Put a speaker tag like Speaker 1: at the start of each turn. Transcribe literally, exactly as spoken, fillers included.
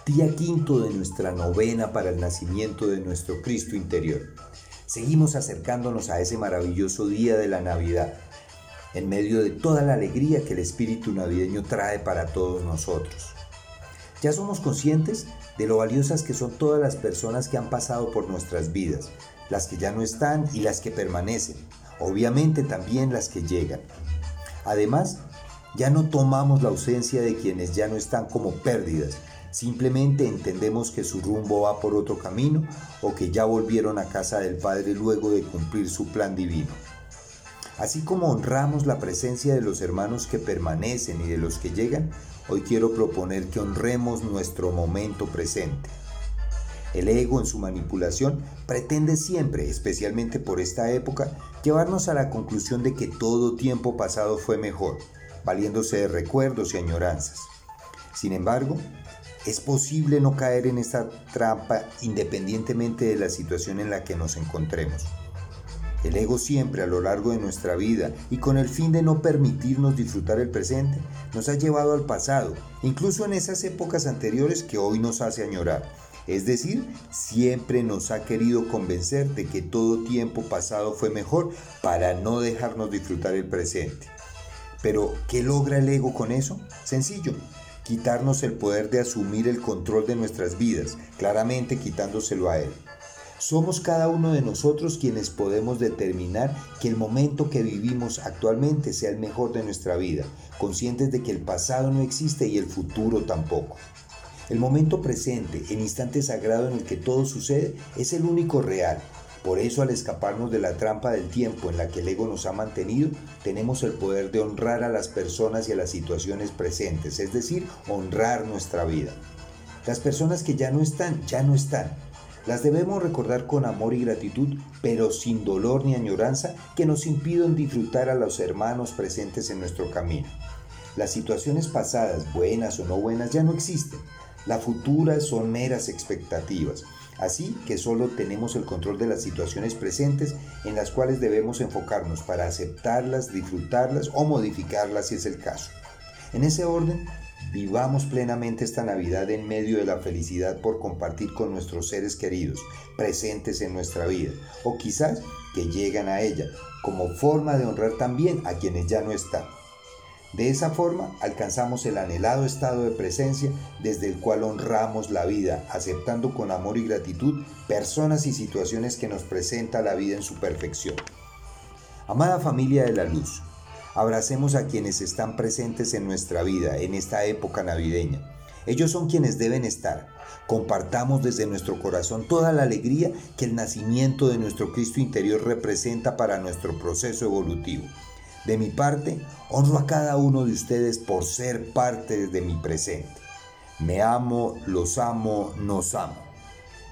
Speaker 1: Día quinto de nuestra novena para el nacimiento de nuestro Cristo interior. Seguimos acercándonos a ese maravilloso día de la Navidad, en medio de toda la alegría que el espíritu navideño trae para todos nosotros. Ya somos conscientes de lo valiosas que son todas las personas que han pasado por nuestras vidas, las que ya no están y las que permanecen, obviamente también las que llegan. Además, ya no tomamos la ausencia de quienes ya no están como pérdidas, simplemente entendemos que su rumbo va por otro camino o que ya volvieron a casa del Padre luego de cumplir su plan divino. Así como honramos la presencia de los hermanos que permanecen y de los que llegan, hoy quiero proponer que honremos nuestro momento presente. El ego en su manipulación pretende siempre, especialmente por esta época, llevarnos a la conclusión de que todo tiempo pasado fue mejor, valiéndose de recuerdos y añoranzas. Sin embargo, es posible no caer en esta trampa independientemente de la situación en la que nos encontremos. El ego siempre a lo largo de nuestra vida y con el fin de no permitirnos disfrutar el presente, nos ha llevado al pasado, incluso en esas épocas anteriores que hoy nos hace añorar. Es decir, siempre nos ha querido convencer de que todo tiempo pasado fue mejor para no dejarnos disfrutar el presente. Pero, ¿qué logra el ego con eso? Sencillo, quitarnos el poder de asumir el control de nuestras vidas, claramente quitándoselo a él. Somos cada uno de nosotros quienes podemos determinar que el momento que vivimos actualmente sea el mejor de nuestra vida, conscientes de que el pasado no existe y el futuro tampoco. El momento presente, el instante sagrado en el que todo sucede, es el único real. Por eso, al escaparnos de la trampa del tiempo en la que el ego nos ha mantenido, tenemos el poder de honrar a las personas y a las situaciones presentes, es decir, honrar nuestra vida. Las personas que ya no están, ya no están. Las debemos recordar con amor y gratitud, pero sin dolor ni añoranza que nos impidan disfrutar a los hermanos presentes en nuestro camino. Las situaciones pasadas, buenas o no buenas, ya no existen. Las futuras son meras expectativas. Así que solo tenemos el control de las situaciones presentes en las cuales debemos enfocarnos para aceptarlas, disfrutarlas o modificarlas si es el caso. En ese orden, vivamos plenamente esta Navidad en medio de la felicidad por compartir con nuestros seres queridos, presentes en nuestra vida, o quizás que llegan a ella, como forma de honrar también a quienes ya no están. De esa forma alcanzamos el anhelado estado de presencia desde el cual honramos la vida, aceptando con amor y gratitud personas y situaciones que nos presenta la vida en su perfección. Amada familia de la luz, abracemos a quienes están presentes en nuestra vida en esta época navideña. Ellos son quienes deben estar. Compartamos desde nuestro corazón toda la alegría que el nacimiento de nuestro Cristo interior representa para nuestro proceso evolutivo. De mi parte, honro a cada uno de ustedes por ser parte de mi presente. Me amo, los amo, nos amo.